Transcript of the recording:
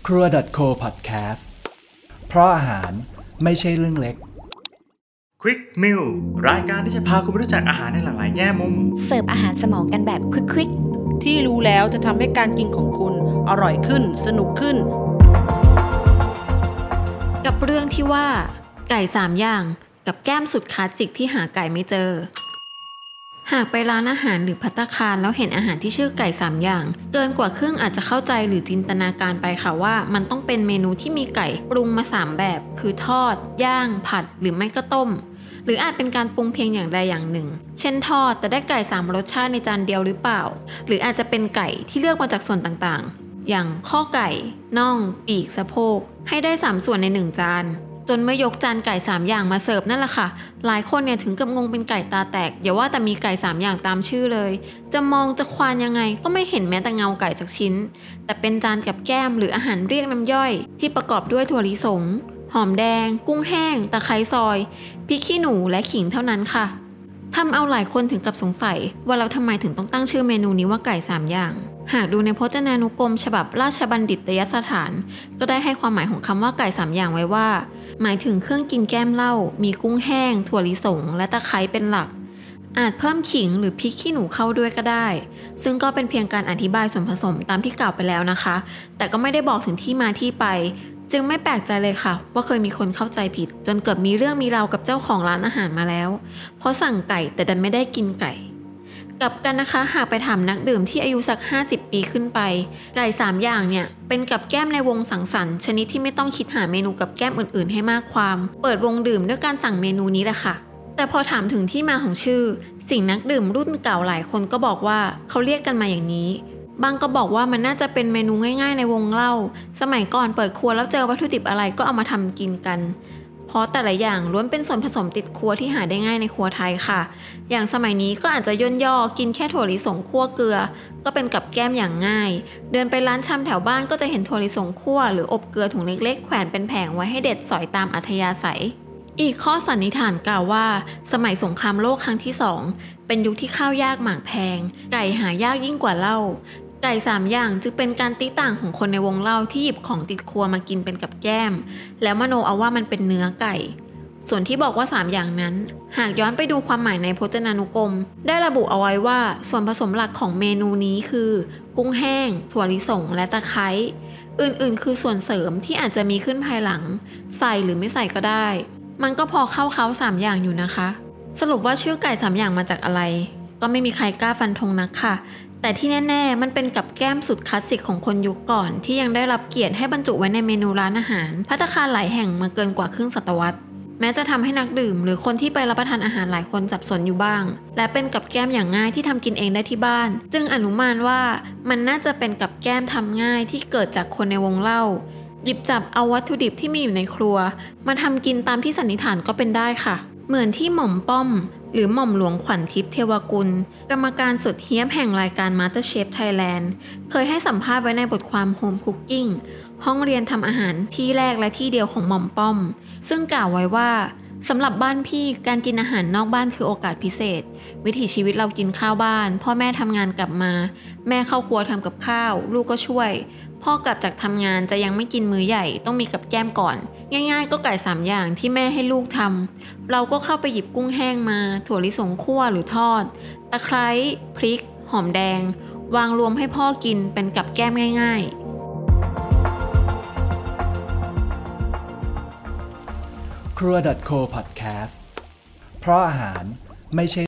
ครัว .co podcast เพราะอาหารไม่ใช่เรื่องเล็ก Quick Meal รายการที่จะพาคุณไปรู้จักอาหารในหลากหลายแง่มุมเสิร์ฟอาหารสมองกันแบบควิกที่รู้แล้วจะทำให้การกินของคุณอร่อยขึ้นสนุกขึ้นกับเรื่องที่ว่าไก่3อย่างกับแก้มสุดคลาสสิกที่หาไก่ไม่เจอหากไปร้านอาหารหรือภัตตาคารแล้วเห็นอาหารที่ชื่อไก่3อย่างเกินกว่าครึ่งอาจจะเข้าใจหรือจินตนาการไปค่ะว่ามันต้องเป็นเมนูที่มีไก่ปรุงมา3แบบคือทอดย่างผัดหรือไม่ก็ต้มหรืออาจเป็นการปรุงเพียงอย่างใดอย่างหนึ่งเช่นทอดแต่ได้ไก่3รสชาติในจานเดียวหรือเปล่าหรืออาจจะเป็นไก่ที่เลือกมาจากส่วนต่างๆอย่างข้อไก่น่องปีกสะโพกให้ได้3ส่วนใน1จานจนเมื่อยกจานไก่3อย่างมาเสิร์ฟนั่นแหละค่ะหลายคนเนี่ยถึงกับงงเป็นไก่ตาแตกอย่าว่าแต่มีไก่3อย่างตามชื่อเลยจะมองจะควานยังไงก็ไม่เห็นแม้แต่เงาไก่สักชิ้นแต่เป็นจานกับแก้มหรืออาหารเรียกน้ำย่อยที่ประกอบด้วยถั่วลิสงหอมแดงกุ้งแห้งตะไคร้ซอยพริกขี้หนูและขิงเท่านั้นค่ะทำเอาหลายคนถึงกับสงสัยว่าเราทำไมถึงต้องตั้งชื่อเมนูนี้ว่าไก่3อย่างหากดูในพจนานุกรมฉบับราชบัณฑิตยสถานก็ได้ให้ความหมายของคำว่าไก่3อย่างไว้ว่าหมายถึงเครื่องกินแก้มเหล้ามีกุ้งแห้งถั่วลิสงและตะไคร้เป็นหลักอาจเพิ่มขิงหรือพริกขี้หนูเข้าด้วยก็ได้ซึ่งก็เป็นเพียงการอธิบายส่วนผสมตามที่กล่าวไปแล้วนะคะแต่ก็ไม่ได้บอกถึงที่มาที่ไปจึงไม่แปลกใจเลยค่ะว่าเคยมีคนเข้าใจผิดจนเกิดมีเรื่องมีราวกับเจ้าของร้านอาหารมาแล้วเพราะสั่งไก่แต่ดันไม่ได้กินไก่กลับกันนะคะหากไปถามนักดื่มที่อายุสัก50ปีขึ้นไปไก่3อย่างเนี่ยเป็นกับแก้มในวงสังสรรค์ชนิดที่ไม่ต้องคิดหาเมนูกับแก้มอื่นๆให้มากความเปิดวงดื่มด้วยการสั่งเมนูนี้แหละค่ะแต่พอถามถึงที่มาของชื่อสิ่งนักดื่มรุ่นเก่าหลายคนก็บอกว่าเขาเรียกกันมาอย่างนี้บางก็บอกว่ามันน่าจะเป็นเมนูง่ายๆในวงเล่าสมัยก่อนเปิดครัวแล้วเจอวัตถุดิบอะไรก็เอามาทำกินกันเพราะแต่ละอย่างล้วนเป็นส่วนผสมติดครัวที่หาได้ง่ายในครัวไทยค่ะอย่างสมัยนี้ก็อาจจะย่นย่อกินแค่ถั่วลิสงคั่วเกลือก็เป็นกับแก้มอย่างง่ายเดินไปร้านชำแถวบ้านก็จะเห็นถั่วลิสงคั่วหรืออบเกลือถุงเล็กๆแขวนเป็นแผงไว้ให้เด็ดสอยตามอัธยาศัยอีกข้อสันนิษฐานกล่าวว่าสมัยสงครามโลกครั้งที่2เป็นยุคที่ข้าวยากหมากแพงไก่หายากยิ่งกว่าเหล้าไก่3อย่างจึงเป็นการติต่างของคนในวงเล่าที่หยิบของติดครัวมากินเป็นกับแก้มแล้วมโนเอาว่ามันเป็นเนื้อไก่ส่วนที่บอกว่า3อย่างนั้นหากย้อนไปดูความหมายในพจนานุกรมได้ระบุเอาไว้ว่าส่วนผสมหลักของเมนูนี้คือกุ้งแห้งถั่วลิสงและตะไคร้อื่นๆคือส่วนเสริมที่อาจจะมีขึ้นภายหลังใส่หรือไม่ใส่ก็ได้มันก็พอเข้าเขา3อย่างอยู่นะคะสรุปว่าชื่อไก่3อย่างมาจากอะไรก็ไม่มีใครกล้าฟันธงนักค่ะแต่ที่แน่ๆมันเป็นกับแก้มสุดคลาสสิกของคนยุคก่อนที่ยังได้รับเกียรติให้บรรจุไว้ในเมนูร้านอาหารภัตตาคารหลายแห่งมาเกินกว่าครึ่งศตวรรษแม้จะทำให้นักดื่มหรือคนที่ไปรับประทานอาหารหลายคนสับสนอยู่บ้างและเป็นกับแก้มอย่างง่ายที่ทำกินเองได้ที่บ้านจึงอนุมานว่ามันน่าจะเป็นกับแก้มทำง่ายที่เกิดจากคนในวงเล่าหยิบจับเอาวัตถุดิบที่มีอยู่ในครัวมาทำกินตามที่สันนิษฐานก็เป็นได้ค่ะเหมือนที่หม่อมป้อมหรือหม่อมหลวงขวัญทิพย์เทวกุลกรรมการสุดเฮี้ยมแห่งรายการ MasterChef Thailand เคยให้สัมภาษณ์ไว้ในบทความ Home Cooking ห้องเรียนทำอาหารที่แรกและที่เดียวของหม่อมป้อมซึ่งกล่าวไว้ว่าสำหรับบ้านพี่การกินอาหารนอกบ้านคือโอกาสพิเศษวิถีชีวิตเรากินข้าวบ้านพ่อแม่ทำงานกลับมาแม่เข้าครัวทำกับข้าวลูกก็ช่วยพ่อกลับจากทำงานจะยังไม่กินมื้อใหญ่ต้องมีกับแก้มก่อนง่ายๆก็ไก่3อย่างที่แม่ให้ลูกทำเราก็เข้าไปหยิบกุ้งแห้งมาถั่วลิสงคั่วหรือทอดตะไคร้พริกหอมแดงวางรวมให้พ่อกินเป็นกับแก้มง่ายครัว .co podcast เพราะอาหารไม่ใช่